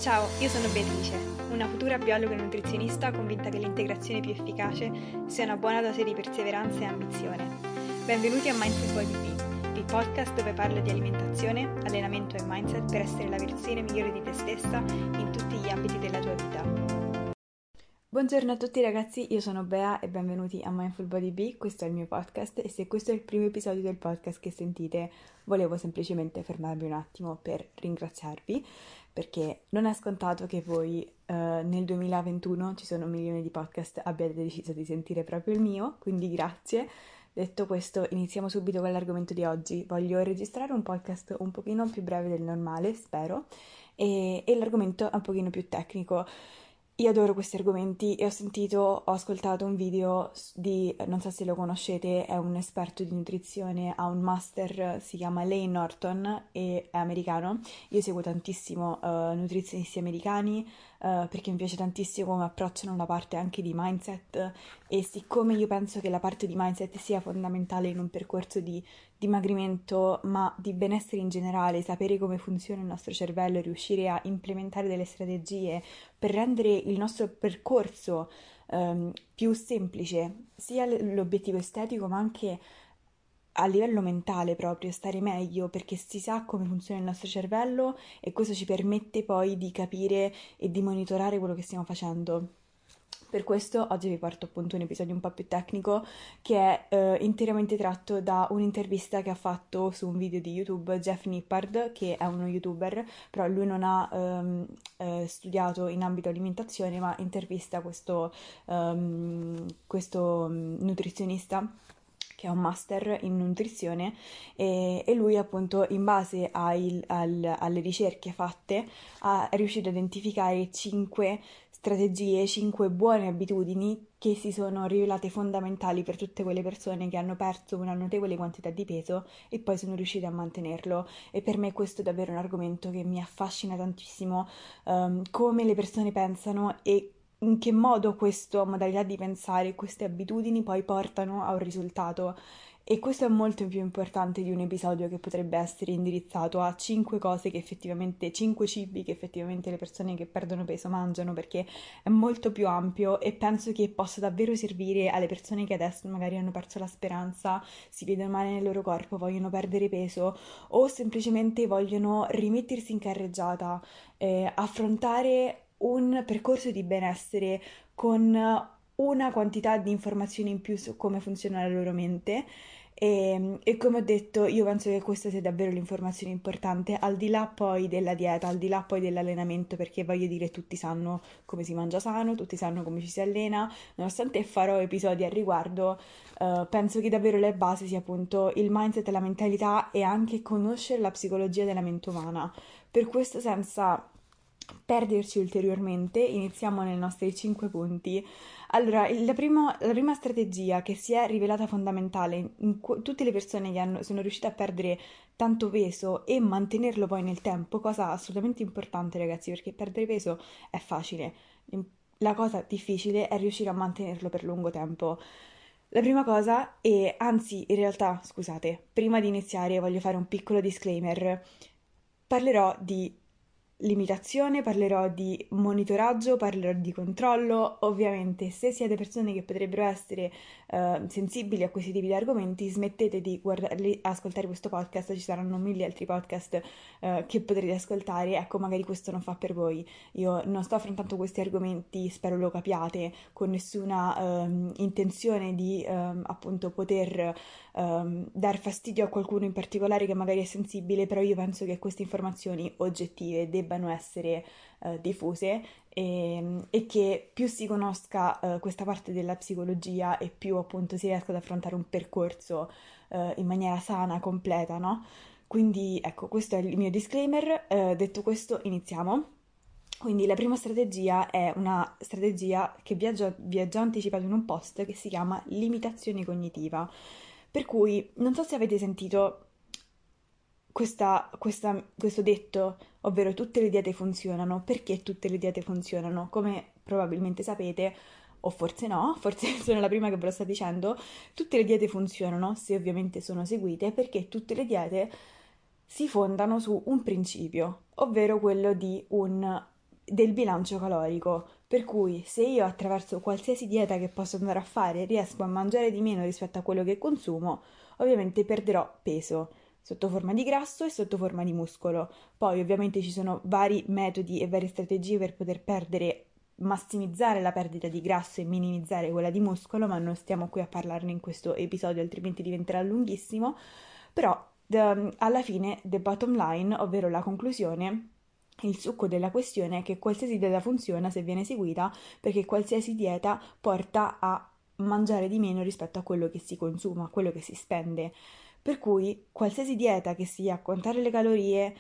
Ciao, io sono Beatrice, una futura biologa e nutrizionista convinta che l'integrazione più efficace sia una buona dose di perseveranza e ambizione. Benvenuti a Mindful Body Bee, il podcast dove parlo di alimentazione, allenamento e mindset per essere la versione migliore di te stessa in tutti gli ambiti della tua vita. Buongiorno a tutti ragazzi, io sono Bea e benvenuti a Mindful Body Bee, questo è il mio podcast e se questo è il primo episodio del podcast che sentite, volevo semplicemente fermarmi un attimo per ringraziarvi, perché non è scontato che voi nel 2021, ci sono milioni di podcast, abbiate deciso di sentire proprio il mio, quindi grazie. Detto questo, iniziamo subito con l'argomento di oggi. Voglio registrare un podcast un pochino più breve del normale, spero, e l'argomento è un pochino più tecnico. Io adoro questi argomenti e ho ascoltato un video di, non so se lo conoscete, è un esperto di nutrizione, ha un master, si chiama Lane Norton e è americano. Io seguo tantissimo nutrizionisti americani perché mi piace tantissimo come approcciano la parte anche di mindset e siccome io penso che la parte di mindset sia fondamentale in un percorso di dimagrimento, ma di benessere in generale, sapere come funziona il nostro cervello e riuscire a implementare delle strategie per rendere il nostro percorso più semplice, sia l'obiettivo estetico ma anche a livello mentale proprio, stare meglio perché si sa come funziona il nostro cervello e questo ci permette poi di capire e di monitorare quello che stiamo facendo. Per questo oggi vi porto appunto un episodio un po' più tecnico che è interamente tratto da un'intervista che ha fatto su un video di YouTube Jeff Nippard, che è uno YouTuber, però lui non ha studiato in ambito alimentazione, ma intervista questo nutrizionista che ha un master in nutrizione e lui appunto in base alle ricerche fatte è riuscito a identificare 5 strategie, 5 buone abitudini che si sono rivelate fondamentali per tutte quelle persone che hanno perso una notevole quantità di peso e poi sono riuscite a mantenerlo. E per me questo è davvero un argomento che mi affascina tantissimo, come le persone pensano e in che modo questa modalità di pensare, queste abitudini poi portano a un risultato. E questo è molto più importante di un episodio che potrebbe essere indirizzato a 5 cose che effettivamente, 5 cibi che effettivamente le persone che perdono peso mangiano, perché è molto più ampio e penso che possa davvero servire alle persone che adesso magari hanno perso la speranza, si vedono male nel loro corpo, vogliono perdere peso o semplicemente vogliono rimettersi in carreggiata, affrontare un percorso di benessere con una quantità di informazioni in più su come funziona la loro mente e come ho detto io penso che questa sia davvero l'informazione importante al di là poi della dieta, al di là poi dell'allenamento perché voglio dire tutti sanno come si mangia sano, tutti sanno come ci si allena, nonostante farò episodi al riguardo penso che davvero le basi sia appunto il mindset, la mentalità e anche conoscere la psicologia della mente umana. Per questo senza perderci ulteriormente, iniziamo nei nostri 5 punti. Allora, la prima strategia che si è rivelata fondamentale in tutte le persone che sono riuscite a perdere tanto peso e mantenerlo poi nel tempo, cosa assolutamente importante ragazzi, perché perdere peso è facile, la cosa difficile è riuscire a mantenerlo per lungo tempo. La prima cosa, e anzi in realtà, scusate, prima di iniziare voglio fare un piccolo disclaimer. Parlerò di limitazione, parlerò di monitoraggio, parlerò di controllo. Ovviamente, se siete persone che potrebbero essere sensibili a questi tipi di argomenti, smettete di ascoltare questo podcast, ci saranno mille altri podcast che potrete ascoltare. Ecco, magari questo non fa per voi. Io non sto affrontando questi argomenti, spero lo capiate, con nessuna intenzione di appunto poter dar fastidio a qualcuno in particolare che magari è sensibile, però io penso che queste informazioni oggettive debbano essere diffuse e che più si conosca questa parte della psicologia e più appunto si riesca ad affrontare un percorso in maniera sana, completa, no? Quindi ecco, questo è il mio disclaimer. Detto questo, iniziamo. Quindi la prima strategia è una strategia che vi ho già anticipato in un post che si chiama limitazione cognitiva. Per cui non so se avete sentito questo detto, ovvero tutte le diete funzionano. Perché tutte le diete funzionano? Come probabilmente sapete, o forse no, forse sono la prima che ve lo sto dicendo, tutte le diete funzionano, se ovviamente sono seguite, perché tutte le diete si fondano su un principio, ovvero quello di un del bilancio calorico. Per cui se io attraverso qualsiasi dieta che posso andare a fare riesco a mangiare di meno rispetto a quello che consumo, ovviamente perderò peso sotto forma di grasso e sotto forma di muscolo. Poi ovviamente ci sono vari metodi e varie strategie per poter massimizzare la perdita di grasso e minimizzare quella di muscolo, ma non stiamo qui a parlarne in questo episodio, altrimenti diventerà lunghissimo. Però alla fine, the bottom line, ovvero la conclusione, il succo della questione è che qualsiasi dieta funziona se viene seguita, perché qualsiasi dieta porta a mangiare di meno rispetto a quello che si consuma, a quello che si spende. Per cui qualsiasi dieta, che sia contare le calorie,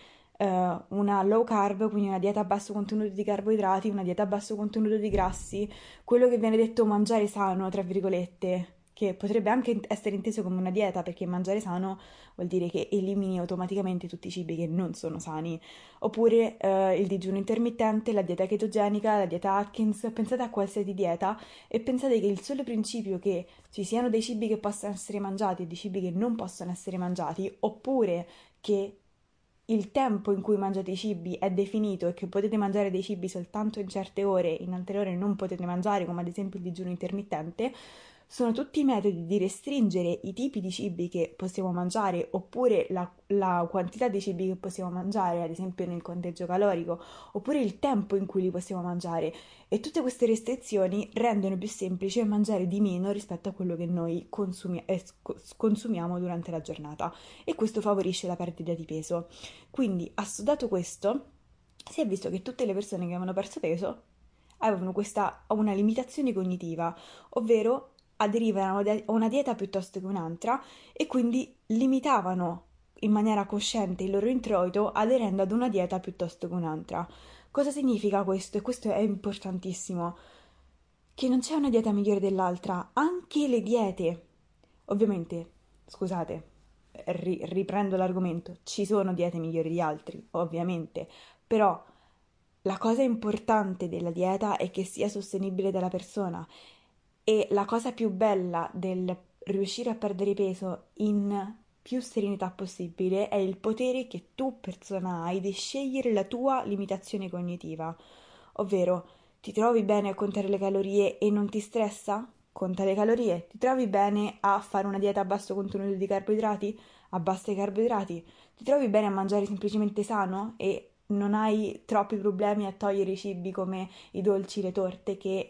una low carb, quindi una dieta a basso contenuto di carboidrati, una dieta a basso contenuto di grassi, quello che viene detto mangiare sano, tra virgolette, che potrebbe anche essere inteso come una dieta, perché mangiare sano vuol dire che elimini automaticamente tutti i cibi che non sono sani, oppure il digiuno intermittente, la dieta chetogenica, la dieta Atkins. Pensate a qualsiasi dieta e pensate che il solo principio che ci siano dei cibi che possono essere mangiati e dei cibi che non possono essere mangiati, oppure che il tempo in cui mangiate i cibi è definito e che potete mangiare dei cibi soltanto in certe ore, in altre ore non potete mangiare, come ad esempio il digiuno intermittente, sono tutti metodi di restringere i tipi di cibi che possiamo mangiare oppure la quantità di cibi che possiamo mangiare, ad esempio nel conteggio calorico, oppure il tempo in cui li possiamo mangiare. E tutte queste restrizioni rendono più semplice mangiare di meno rispetto a quello che noi consumiamo durante la giornata e questo favorisce la perdita di peso. Quindi, assodato questo, si è visto che tutte le persone che avevano perso peso avevano una limitazione cognitiva, ovvero aderivano a una dieta piuttosto che un'altra e quindi limitavano in maniera cosciente il loro introito aderendo ad una dieta piuttosto che un'altra. Cosa significa questo? E questo è importantissimo, che non c'è una dieta migliore dell'altra, anche le diete. Ovviamente, scusate, riprendo l'argomento, ci sono diete migliori di altri, ovviamente, però la cosa importante della dieta è che sia sostenibile dalla persona e la cosa più bella del riuscire a perdere peso in più serenità possibile è il potere che tu, persona, hai di scegliere la tua limitazione cognitiva, ovvero ti trovi bene a contare le calorie e non ti stressa? Conta le calorie. Ti trovi bene a fare una dieta a basso contenuto di carboidrati? Abbassa i carboidrati. Ti trovi bene a mangiare semplicemente sano e non hai troppi problemi a togliere i cibi come i dolci, le torte che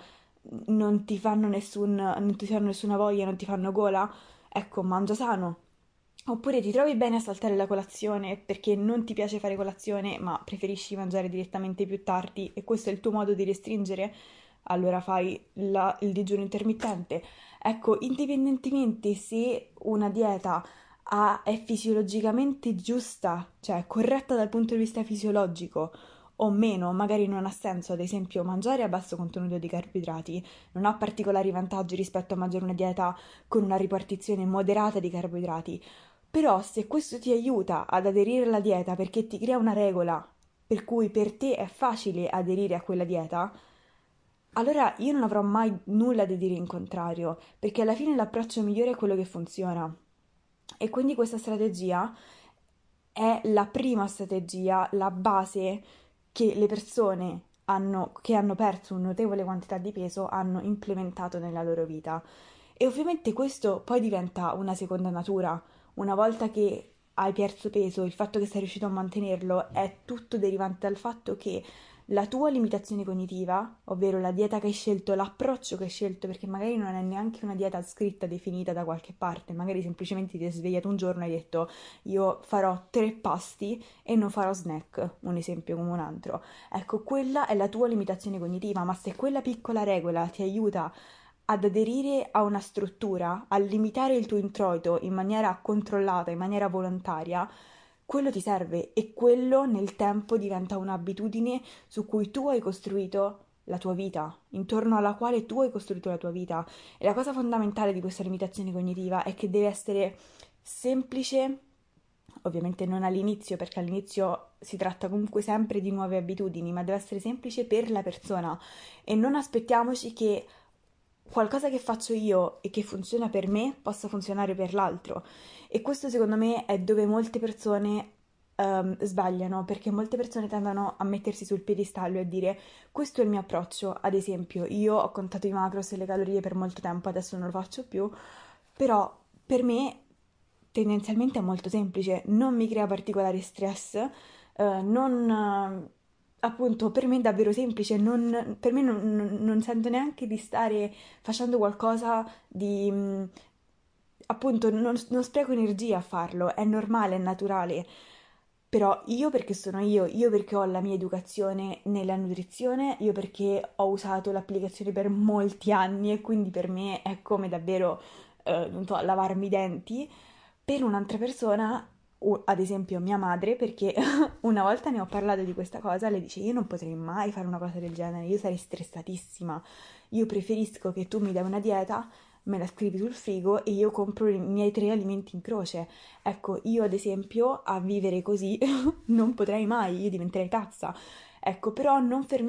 non ti fanno nessuna voglia, non ti fanno gola? Ecco, mangia sano. Oppure ti trovi bene a saltare la colazione perché non ti piace fare colazione, ma preferisci mangiare direttamente più tardi e questo è il tuo modo di restringere? Allora fai il digiuno intermittente. Ecco, indipendentemente se una dieta è fisiologicamente giusta, cioè corretta dal punto di vista fisiologico o meno, magari non ha senso, ad esempio, mangiare a basso contenuto di carboidrati non ha particolari vantaggi rispetto a mangiare una dieta con una ripartizione moderata di carboidrati. Però se questo ti aiuta ad aderire alla dieta perché ti crea una regola per cui per te è facile aderire a quella dieta, allora io non avrò mai nulla da dire in contrario, perché alla fine l'approccio migliore è quello che funziona. E quindi questa strategia è la prima strategia, la base che le persone che hanno perso un notevole quantità di peso hanno implementato nella loro vita. E ovviamente questo poi diventa una seconda natura. Una volta che hai perso peso, il fatto che sei riuscito a mantenerlo è tutto derivante dal fatto che la tua limitazione cognitiva, ovvero la dieta che hai scelto, l'approccio che hai scelto, perché magari non è neanche una dieta scritta, definita da qualche parte, magari semplicemente ti sei svegliato un giorno e hai detto io farò 3 pasti e non farò snack, un esempio come un altro. Ecco, quella è la tua limitazione cognitiva, ma se quella piccola regola ti aiuta ad aderire a una struttura, a limitare il tuo introito in maniera controllata, in maniera volontaria, quello ti serve e quello nel tempo diventa un'abitudine su cui tu hai costruito la tua vita, intorno alla quale tu hai costruito la tua vita. E la cosa fondamentale di questa limitazione cognitiva è che deve essere semplice, ovviamente non all'inizio, perché all'inizio si tratta comunque sempre di nuove abitudini, ma deve essere semplice per la persona e non aspettiamoci che qualcosa che faccio io e che funziona per me possa funzionare per l'altro. E questo secondo me è dove molte persone sbagliano, perché molte persone tendono a mettersi sul piedistallo e a dire questo è il mio approccio. Ad esempio, io ho contato i macros e le calorie per molto tempo, adesso non lo faccio più, però per me tendenzialmente è molto semplice, non mi crea particolare stress, non, appunto, per me è davvero semplice, per me non sento neanche di stare facendo qualcosa di, appunto, non spreco energia a farlo, è normale, è naturale. Però io perché sono io perché ho la mia educazione nella nutrizione, io perché ho usato l'applicazione per molti anni e quindi per me è come davvero, non so, lavarmi i denti. Per un'altra persona, ad esempio mia madre, perché una volta ne ho parlato di questa cosa, lei dice io non potrei mai fare una cosa del genere, io sarei stressatissima, io preferisco che tu mi dai una dieta, me la scrivi sul frigo e io compro i miei 3 alimenti in croce. Ecco, io ad esempio a vivere così non potrei mai, io diventerei pazza. Ecco, però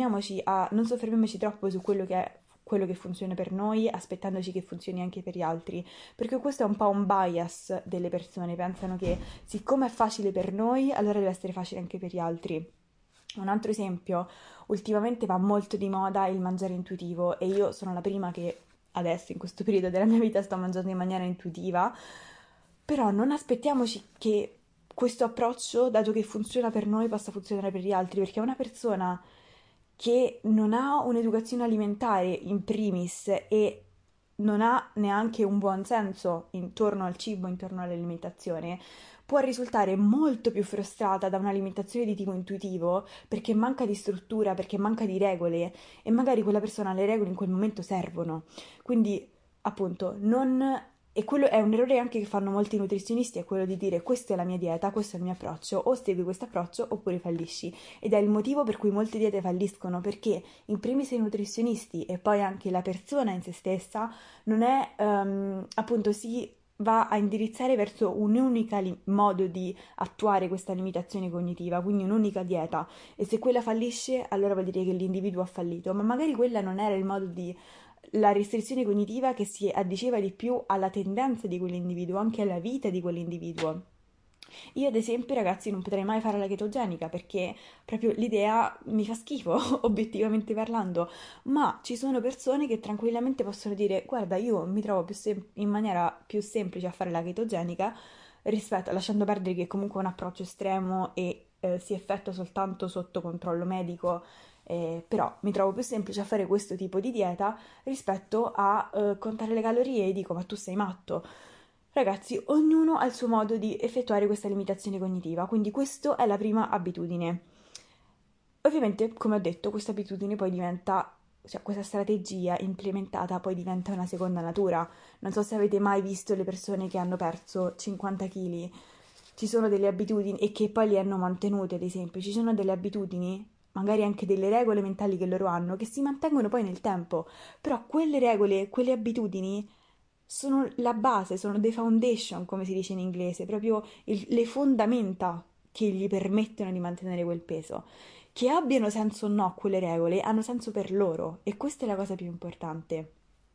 non soffermiamoci troppo su quello che è quello che funziona per noi, aspettandoci che funzioni anche per gli altri, perché questo è un po' un bias delle persone, pensano che siccome è facile per noi, allora deve essere facile anche per gli altri. Un altro esempio, ultimamente va molto di moda il mangiare intuitivo e io sono la prima che adesso in questo periodo della mia vita sto mangiando in maniera intuitiva, però non aspettiamoci che questo approccio, dato che funziona per noi, possa funzionare per gli altri, perché una persona che non ha un'educazione alimentare in primis e non ha neanche un buon senso intorno al cibo, intorno all'alimentazione, può risultare molto più frustrata da un'alimentazione di tipo intuitivo perché manca di struttura, perché manca di regole e magari quella persona le regole in quel momento servono. Quindi, appunto, non... E quello è un errore anche che fanno molti nutrizionisti, è quello di dire questa è la mia dieta, questo è il mio approccio, o segui questo approccio oppure fallisci. Ed è il motivo per cui molte diete falliscono, perché in primis i nutrizionisti e poi anche la persona in se stessa non è, appunto, si va a indirizzare verso un unico modo di attuare questa limitazione cognitiva, quindi un'unica dieta. E se quella fallisce, allora vuol dire che l'individuo ha fallito, ma magari quella non era il modo di la restrizione cognitiva che si addiceva di più alla tendenza di quell'individuo, anche alla vita di quell'individuo. Io, ad esempio, ragazzi, non potrei mai fare la chetogenica perché proprio l'idea mi fa schifo, obiettivamente parlando, ma ci sono persone che tranquillamente possono dire: guarda, io mi trovo in maniera più semplice a fare la chetogenica rispetto, lasciando perdere che comunque è un approccio estremo e si effettua soltanto sotto controllo medico. Però mi trovo più semplice a fare questo tipo di dieta rispetto a contare le calorie e dico: ma tu sei matto? Ragazzi, ognuno ha il suo modo di effettuare questa limitazione cognitiva, quindi questa è la prima abitudine. Ovviamente, come ho detto, questa abitudine poi diventa, cioè questa strategia implementata poi diventa una seconda natura. Non so se avete mai visto le persone che hanno perso 50 kg, ci sono delle abitudini e che poi le hanno mantenute, ad esempio, ci sono delle abitudini, magari anche delle regole mentali che loro hanno, che si mantengono poi nel tempo, però quelle regole, quelle abitudini sono la base, sono the foundation, come si dice in inglese, proprio le fondamenta che gli permettono di mantenere quel peso. Che abbiano senso o no quelle regole, hanno senso per loro e questa è la cosa più importante.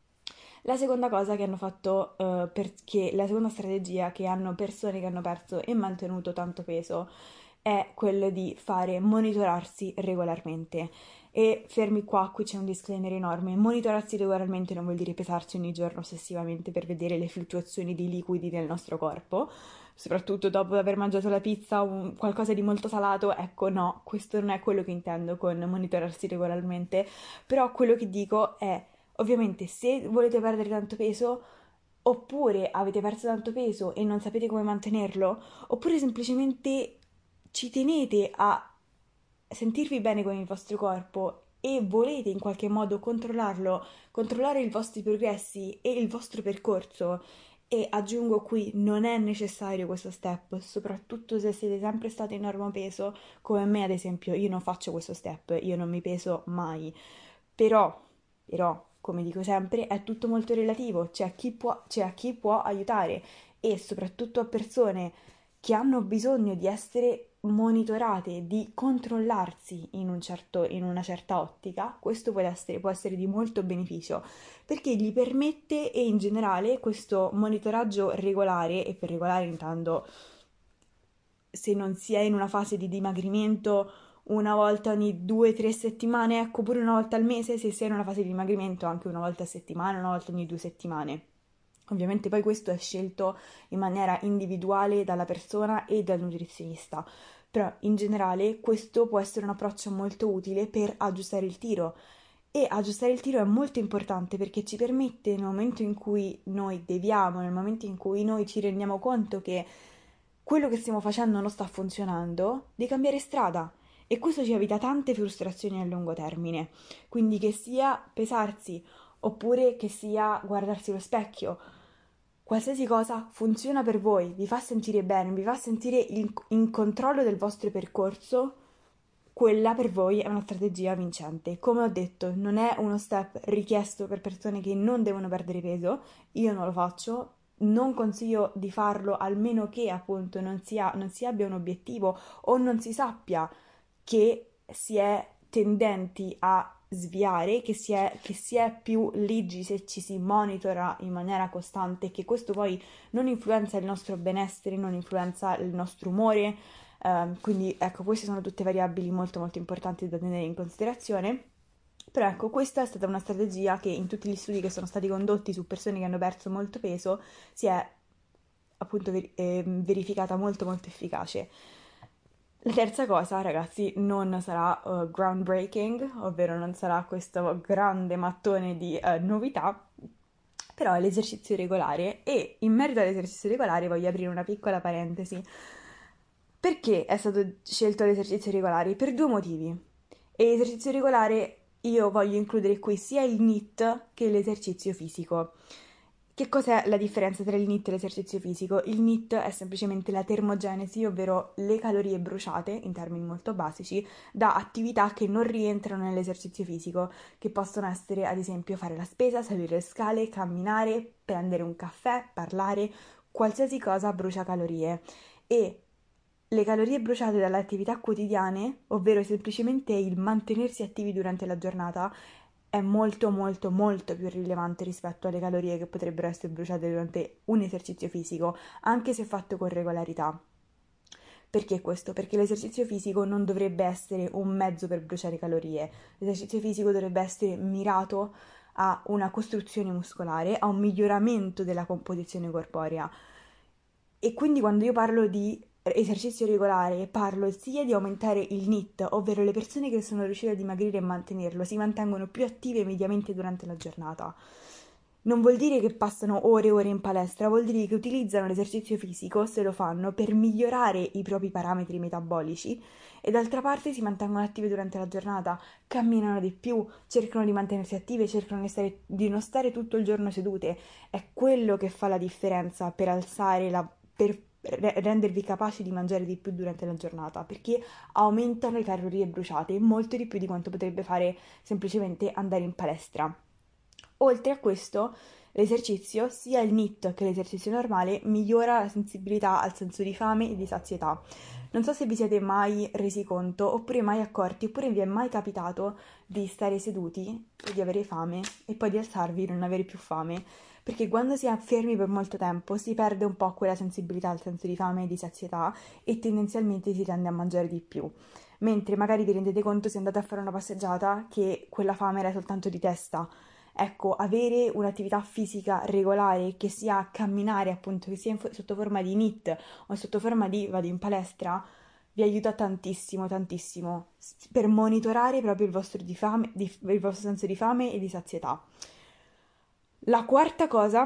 La seconda cosa che hanno fatto, la seconda strategia che hanno persone che hanno perso e mantenuto tanto peso è quello di fare monitorarsi regolarmente. E fermi qua, qui c'è un disclaimer enorme. Monitorarsi regolarmente non vuol dire pesarsi ogni giorno ossessivamente per vedere le fluttuazioni di liquidi nel nostro corpo, soprattutto dopo aver mangiato la pizza o qualcosa di molto salato. Ecco, no, questo non è quello che intendo con monitorarsi regolarmente, però quello che dico è, ovviamente, se volete perdere tanto peso, oppure avete perso tanto peso e non sapete come mantenerlo, oppure semplicemente ci tenete a sentirvi bene con il vostro corpo e volete in qualche modo controllarlo, controllare i vostri progressi e il vostro percorso. E aggiungo qui, non è necessario questo step, soprattutto se siete sempre stati in normopeso, come me ad esempio, io non faccio questo step, io non mi peso mai. Però, come dico sempre, è tutto molto relativo, c'è a chi può aiutare e soprattutto a persone che hanno bisogno di essere monitorate, di controllarsi in una certa ottica, questo può essere di molto beneficio perché gli permette e in generale questo monitoraggio regolare, e per regolare intendo se non si è in una fase di dimagrimento una volta ogni 2-3 settimane, ecco, pure una volta al mese, se sei in una fase di dimagrimento anche una volta a settimana, una volta ogni 2 settimane. Ovviamente poi questo è scelto in maniera individuale dalla persona e dal nutrizionista, però in generale questo può essere un approccio molto utile per aggiustare il tiro. E aggiustare il tiro è molto importante perché ci permette, nel momento in cui noi deviamo, nel momento in cui noi ci rendiamo conto che quello che stiamo facendo non sta funzionando, di cambiare strada. E questo ci evita tante frustrazioni a lungo termine. Quindi che sia pesarsi oppure che sia guardarsi allo specchio, qualsiasi cosa funziona per voi, vi fa sentire bene, vi fa sentire in controllo del vostro percorso, quella per voi è una strategia vincente. Come ho detto, non è uno step richiesto per persone che non devono perdere peso, io non lo faccio, non consiglio di farlo almeno che appunto non si abbia un obiettivo o non si sappia che si è tendenti a sviare, che si è più ligi se ci si monitora in maniera costante, che questo poi non influenza il nostro benessere, non influenza il nostro umore. Quindi ecco, queste sono tutte variabili molto molto importanti da tenere in considerazione. Però ecco, questa è stata una strategia che in tutti gli studi che sono stati condotti su persone che hanno perso molto peso si è appunto verificata molto molto efficace. La terza cosa, ragazzi, non sarà groundbreaking, ovvero non sarà questo grande mattone di novità, però è l'esercizio regolare e in merito all'esercizio regolare voglio aprire una piccola parentesi. Perché è stato scelto l'esercizio regolare? Per due motivi. E l'esercizio regolare io voglio includere qui sia il NEAT che l'esercizio fisico. Che cos'è la differenza tra il NEAT e l'esercizio fisico? Il NEAT è semplicemente la termogenesi, ovvero le calorie bruciate, in termini molto basici, da attività che non rientrano nell'esercizio fisico, che possono essere ad esempio fare la spesa, salire le scale, camminare, prendere un caffè, parlare, qualsiasi cosa brucia calorie. E le calorie bruciate dalle attività quotidiane, ovvero semplicemente il mantenersi attivi durante la giornata, è molto molto molto più rilevante rispetto alle calorie che potrebbero essere bruciate durante un esercizio fisico, anche se fatto con regolarità. Perché questo? Perché l'esercizio fisico non dovrebbe essere un mezzo per bruciare calorie, l'esercizio fisico dovrebbe essere mirato a una costruzione muscolare, a un miglioramento della composizione corporea. E quindi quando io parlo di esercizio regolare, parlo sia di aumentare il NEAT, ovvero le persone che sono riuscite a dimagrire e mantenerlo, si mantengono più attive mediamente durante la giornata. Non vuol dire che passano ore e ore in palestra, vuol dire che utilizzano l'esercizio fisico, se lo fanno, per migliorare i propri parametri metabolici e d'altra parte si mantengono attive durante la giornata, camminano di più, cercano di mantenersi attive, cercano di non stare tutto il giorno sedute. È quello che fa la differenza per per rendervi capaci di mangiare di più durante la giornata, perché aumentano le calorie bruciate molto di più di quanto potrebbe fare semplicemente andare in palestra. Oltre a questo, l'esercizio, sia il NEAT che l'esercizio normale, migliora la sensibilità al senso di fame e di sazietà. Non so se vi siete mai resi conto, oppure mai accorti, oppure vi è mai capitato di stare seduti e di avere fame e poi di alzarvi e non avere più fame, perché quando si è fermi per molto tempo si perde un po' quella sensibilità al senso di fame e di sazietà e tendenzialmente si tende a mangiare di più. Mentre magari vi rendete conto se andate a fare una passeggiata che quella fame era soltanto di testa. Ecco, avere un'attività fisica regolare, che sia camminare, appunto, che sia sotto forma di NEAT o sotto forma di vado in palestra, vi aiuta tantissimo, tantissimo per monitorare proprio il vostro senso di fame e di sazietà. La quarta cosa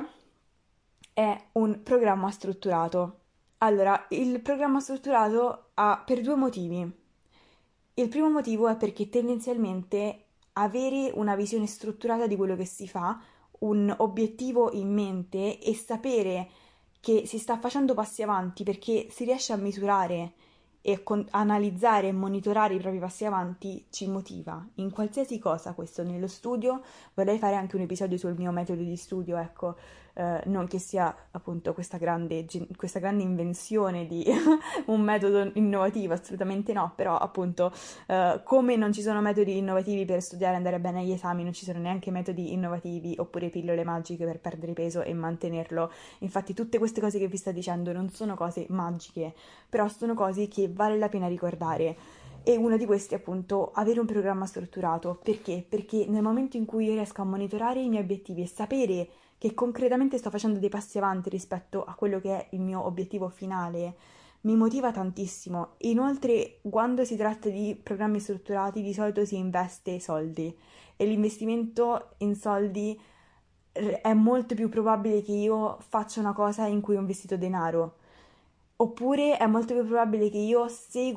è un programma strutturato. Allora, il programma strutturato ha per due motivi. Il primo motivo è perché tendenzialmente avere una visione strutturata di quello che si fa, un obiettivo in mente e sapere che si sta facendo passi avanti perché si riesce a misurare e analizzare e monitorare i propri passi avanti ci motiva in qualsiasi cosa, questo nello studio. Vorrei fare anche un episodio sul mio metodo di studio, ecco, non che sia appunto questa grande invenzione di un metodo innovativo, assolutamente no, però appunto come non ci sono metodi innovativi per studiare e andare bene agli esami, non ci sono neanche metodi innovativi oppure pillole magiche per perdere peso e mantenerlo. Infatti tutte queste cose che vi sto dicendo non sono cose magiche, però sono cose che vale la pena ricordare. E uno di questi è appunto avere un programma strutturato. Perché? Perché nel momento in cui io riesco a monitorare i miei obiettivi e sapere che concretamente sto facendo dei passi avanti rispetto a quello che è il mio obiettivo finale, mi motiva tantissimo. Inoltre, quando si tratta di programmi strutturati, di solito si investe soldi e l'investimento in soldi è molto più probabile che io faccia una cosa in cui ho investito denaro. Oppure è molto più probabile che io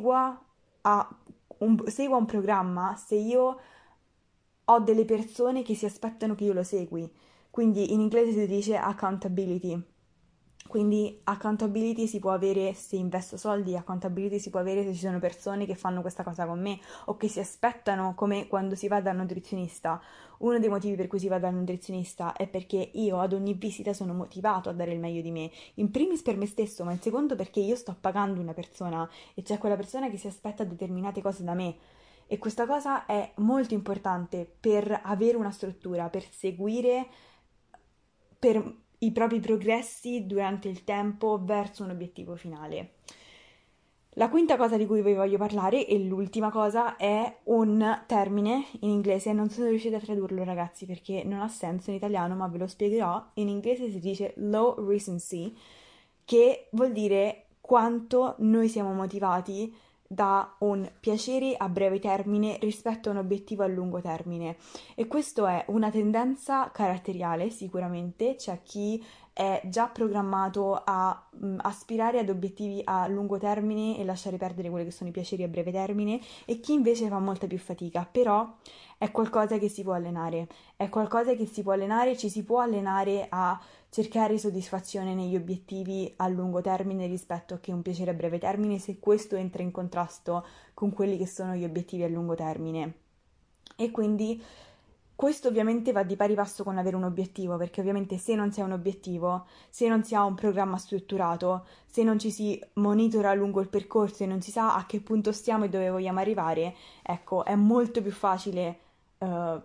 segua un programma se io ho delle persone che si aspettano che io lo segui. Quindi in inglese si dice accountability. Quindi accountability si può avere se investo soldi, accountability si può avere se ci sono persone che fanno questa cosa con me o che si aspettano, come quando si va dal nutrizionista. Uno dei motivi per cui si va dal nutrizionista è perché io ad ogni visita sono motivato a dare il meglio di me, in primis per me stesso, ma in secondo perché io sto pagando una persona e c'è quella persona che si aspetta determinate cose da me. E questa cosa è molto importante per avere una struttura, per seguire per i propri progressi durante il tempo verso un obiettivo finale. La quinta cosa di cui vi voglio parlare, e l'ultima cosa, è un termine in inglese, non sono riuscita a tradurlo ragazzi perché non ha senso in italiano, ma ve lo spiegherò. In inglese si dice low recency, che vuol dire quanto noi siamo motivati da un piacere a breve termine rispetto a un obiettivo a lungo termine. E questo è una tendenza caratteriale, sicuramente. C'è chi è già programmato a aspirare ad obiettivi a lungo termine e lasciare perdere quelli che sono i piaceri a breve termine, e chi invece fa molta più fatica. Però è qualcosa che si può allenare, è qualcosa che si può allenare, ci si può allenare a cercare soddisfazione negli obiettivi a lungo termine rispetto a che un piacere a breve termine, se questo entra in contrasto con quelli che sono gli obiettivi a lungo termine. E quindi questo ovviamente va di pari passo con avere un obiettivo, perché ovviamente se non si ha un obiettivo, se non si ha un programma strutturato, se non ci si monitora lungo il percorso e non si sa a che punto stiamo e dove vogliamo arrivare, ecco, è molto più facile eh,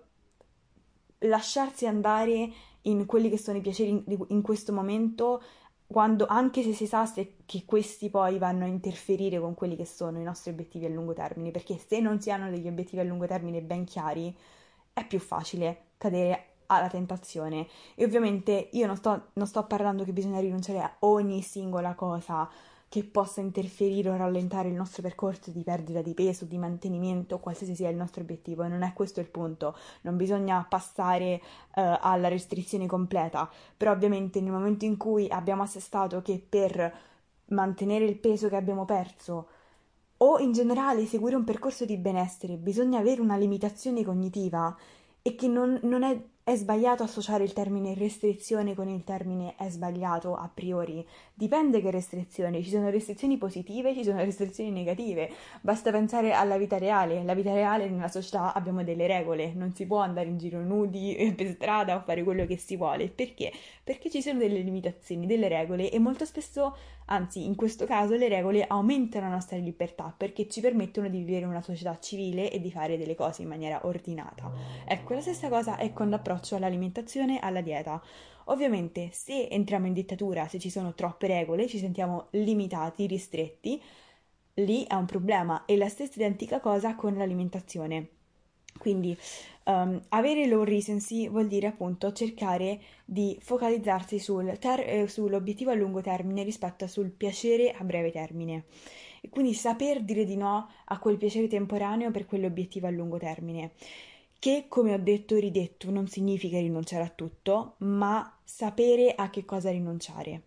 lasciarsi andare in quelli che sono i piaceri in questo momento, quando, anche se si sa che questi poi vanno a interferire con quelli che sono i nostri obiettivi a lungo termine, perché se non si hanno degli obiettivi a lungo termine ben chiari, è più facile cadere alla tentazione. E ovviamente io non sto parlando che bisogna rinunciare a ogni singola cosa che possa interferire o rallentare il nostro percorso di perdita di peso, di mantenimento, qualsiasi sia il nostro obiettivo, e non è questo il punto. Non bisogna passare alla restrizione completa, però ovviamente nel momento in cui abbiamo assestato che per mantenere il peso che abbiamo perso o in generale seguire un percorso di benessere bisogna avere una limitazione cognitiva, e che non è sbagliato associare il termine restrizione con il termine è sbagliato a priori. Dipende che restrizioni, ci sono restrizioni positive, ci sono restrizioni negative. Basta pensare alla vita reale. La vita reale nella società abbiamo delle regole, non si può andare in giro nudi per strada o fare quello che si vuole. Perché? Perché ci sono delle limitazioni, delle regole, e molto spesso, anzi in questo caso, le regole aumentano la nostra libertà perché ci permettono di vivere in una società civile e di fare delle cose in maniera ordinata. Ecco, la stessa cosa è con l'approccio all'alimentazione e alla dieta. Ovviamente, se entriamo in dittatura, se ci sono troppe regole, ci sentiamo limitati, ristretti, lì è un problema. E la stessa identica cosa con l'alimentazione. Quindi, avere low recency vuol dire appunto cercare di focalizzarsi sull'obiettivo a lungo termine rispetto sul piacere a breve termine. E quindi saper dire di no a quel piacere temporaneo per quell'obiettivo a lungo termine. Che, come ho detto e ridetto, non significa rinunciare a tutto, ma sapere a che cosa rinunciare.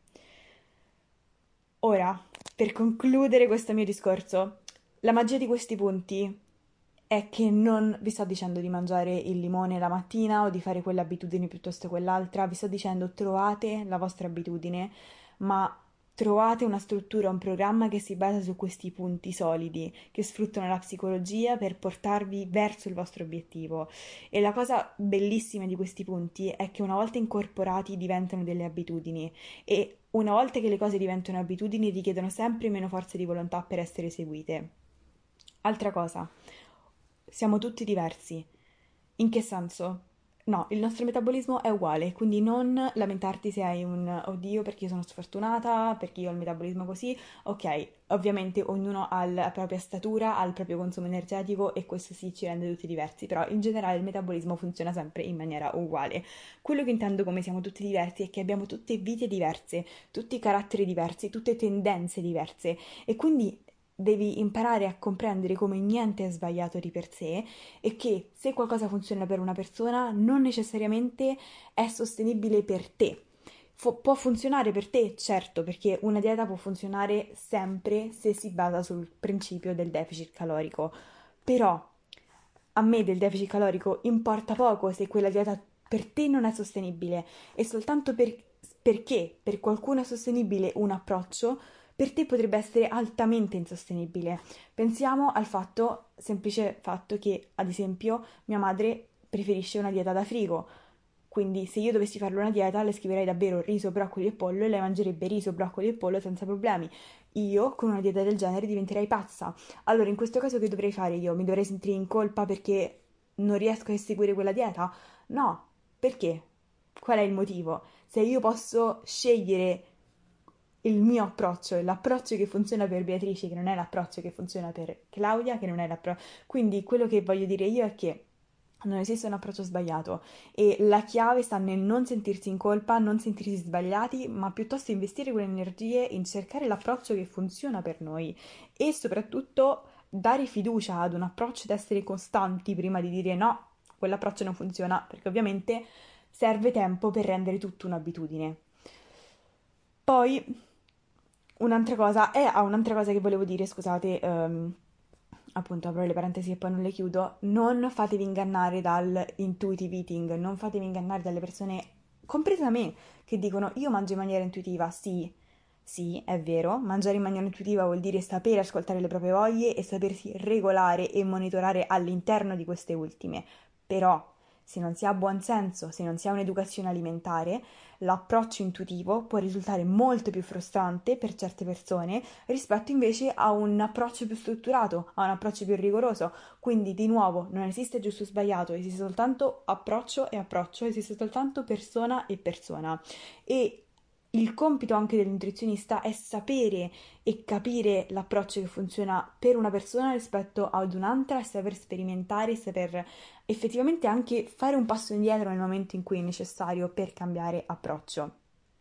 Ora, per concludere questo mio discorso, la magia di questi punti è che non vi sto dicendo di mangiare il limone la mattina o di fare quell'abitudine piuttosto che quell'altra, vi sto dicendo trovate la vostra abitudine, ma trovate una struttura, un programma che si basa su questi punti solidi, che sfruttano la psicologia per portarvi verso il vostro obiettivo. E la cosa bellissima di questi punti è che una volta incorporati diventano delle abitudini e una volta che le cose diventano abitudini richiedono sempre meno forza di volontà per essere eseguite. Altra cosa, siamo tutti diversi. In che senso? No, il nostro metabolismo è uguale, quindi non lamentarti se hai un oddio perché io sono sfortunata, perché io ho il metabolismo così. Ok, ovviamente ognuno ha la propria statura, ha il proprio consumo energetico e questo sì ci rende tutti diversi, però in generale il metabolismo funziona sempre in maniera uguale. Quello che intendo come siamo tutti diversi è che abbiamo tutte vite diverse, tutti caratteri diversi, tutte tendenze diverse e quindi devi imparare a comprendere come niente è sbagliato di per sé e che se qualcosa funziona per una persona non necessariamente è sostenibile per te. Può funzionare per te, certo, perché una dieta può funzionare sempre se si basa sul principio del deficit calorico, però a me del deficit calorico importa poco se quella dieta per te non è sostenibile e soltanto perché per qualcuno è sostenibile un approccio, per te potrebbe essere altamente insostenibile. Pensiamo al semplice fatto che, ad esempio, mia madre preferisce una dieta da frigo. Quindi se io dovessi farle una dieta, le scriverei davvero riso, broccoli e pollo e lei mangerebbe riso, broccoli e pollo senza problemi. Io con una dieta del genere diventerei pazza. Allora, in questo caso che dovrei fare io? Mi dovrei sentire in colpa perché non riesco a eseguire quella dieta? No, perché? Qual è il motivo? Se io posso scegliere il mio approccio, l'approccio che funziona per Beatrice, che non è l'approccio che funziona per Claudia, che non è l'approccio. Quindi quello che voglio dire io è che non esiste un approccio sbagliato e la chiave sta nel non sentirsi in colpa, non sentirsi sbagliati, ma piuttosto investire quelle energie in cercare l'approccio che funziona per noi e soprattutto dare fiducia ad un approccio ed essere costanti prima di dire no, quell'approccio non funziona, perché ovviamente serve tempo per rendere tutto un'abitudine. Poi un'altra cosa che volevo dire, scusate, appunto apro le parentesi e poi non le chiudo, non fatevi ingannare dal intuitive eating, non fatevi ingannare dalle persone, compresa me, che dicono io mangio in maniera intuitiva, sì, sì, è vero, mangiare in maniera intuitiva vuol dire sapere ascoltare le proprie voglie e sapersi regolare e monitorare all'interno di queste ultime, però se non si ha buon senso, se non si ha un'educazione alimentare, l'approccio intuitivo può risultare molto più frustrante per certe persone rispetto invece a un approccio più strutturato, a un approccio più rigoroso. Quindi, di nuovo, non esiste giusto o sbagliato, esiste soltanto approccio e approccio, esiste soltanto persona e persona. E il compito anche del nutrizionista è sapere e capire l'approccio che funziona per una persona rispetto ad un'altra e saper sperimentare e saper effettivamente anche fare un passo indietro nel momento in cui è necessario per cambiare approccio.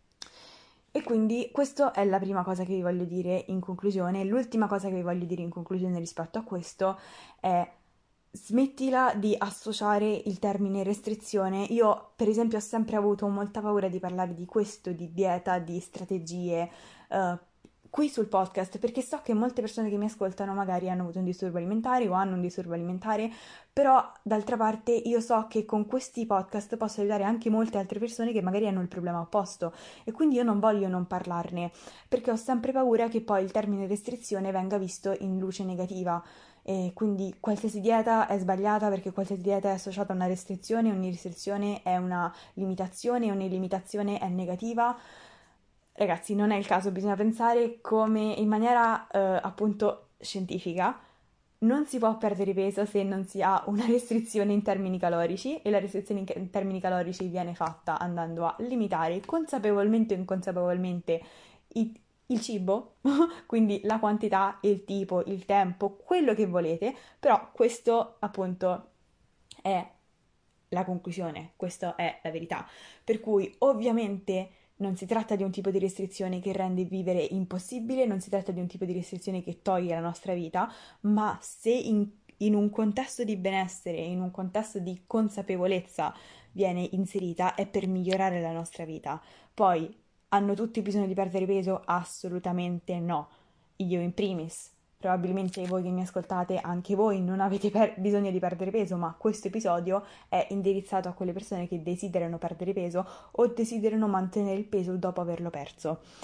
E quindi questa è la prima cosa che vi voglio dire in conclusione. L'ultima cosa che vi voglio dire in conclusione rispetto a questo è smettila di associare il termine restrizione. Io, per esempio, ho sempre avuto molta paura di parlare di questo, di dieta, di strategie, eh, qui sul podcast, perché so che molte persone che mi ascoltano magari hanno avuto un disturbo alimentare o hanno un disturbo alimentare, però d'altra parte io so che con questi podcast posso aiutare anche molte altre persone che magari hanno il problema opposto e quindi io non voglio non parlarne, perché ho sempre paura che poi il termine restrizione venga visto in luce negativa. E quindi qualsiasi dieta è sbagliata perché qualsiasi dieta è associata a una restrizione, ogni restrizione è una limitazione, ogni limitazione è negativa. Ragazzi, non è il caso, bisogna pensare come in maniera appunto scientifica. Non si può perdere peso se non si ha una restrizione in termini calorici e la restrizione in termini calorici viene fatta andando a limitare consapevolmente o inconsapevolmente il cibo, quindi la quantità, il tipo, il tempo, quello che volete, però questo appunto è la conclusione, questa è la verità. Per cui ovviamente non si tratta di un tipo di restrizione che rende vivere impossibile, non si tratta di un tipo di restrizione che toglie la nostra vita, ma se in un contesto di benessere, in un contesto di consapevolezza viene inserita, è per migliorare la nostra vita. Poi, hanno tutti bisogno di perdere peso? Assolutamente no. Io in primis. Probabilmente voi che mi ascoltate, anche voi non avete bisogno di perdere peso, ma questo episodio è indirizzato a quelle persone che desiderano perdere peso o desiderano mantenere il peso dopo averlo perso.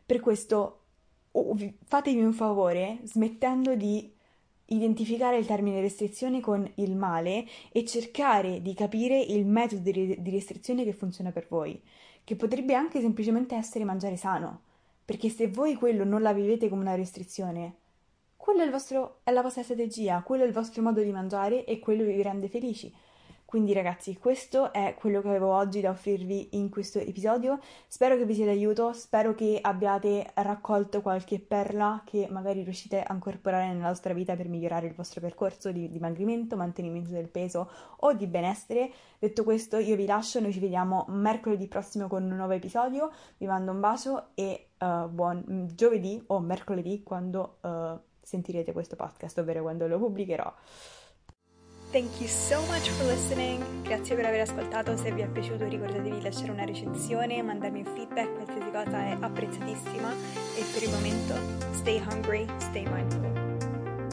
Per questo fatevi un favore smettendo di identificare il termine restrizione con il male e cercare di capire il metodo di restrizione che funziona per voi, che potrebbe anche semplicemente essere mangiare sano, perché se voi quello non la vivete come una restrizione, quello è la vostra strategia, quello è il vostro modo di mangiare e quello vi rende felici. Quindi ragazzi, questo è quello che avevo oggi da offrirvi in questo episodio. Spero che vi sia d'aiuto, spero che abbiate raccolto qualche perla che magari riuscite a incorporare nella vostra vita per migliorare il vostro percorso di dimagrimento, mantenimento del peso o di benessere. Detto questo, io vi lascio, noi ci vediamo mercoledì prossimo con un nuovo episodio. Vi mando un bacio e buon giovedì o mercoledì quando sentirete questo podcast, ovvero quando lo pubblicherò. Thank you so much for listening. Grazie per aver ascoltato. Se vi è piaciuto ricordatevi di lasciare una recensione, mandarmi un feedback, qualsiasi cosa è apprezzatissima. E per il momento, stay hungry, stay mindful.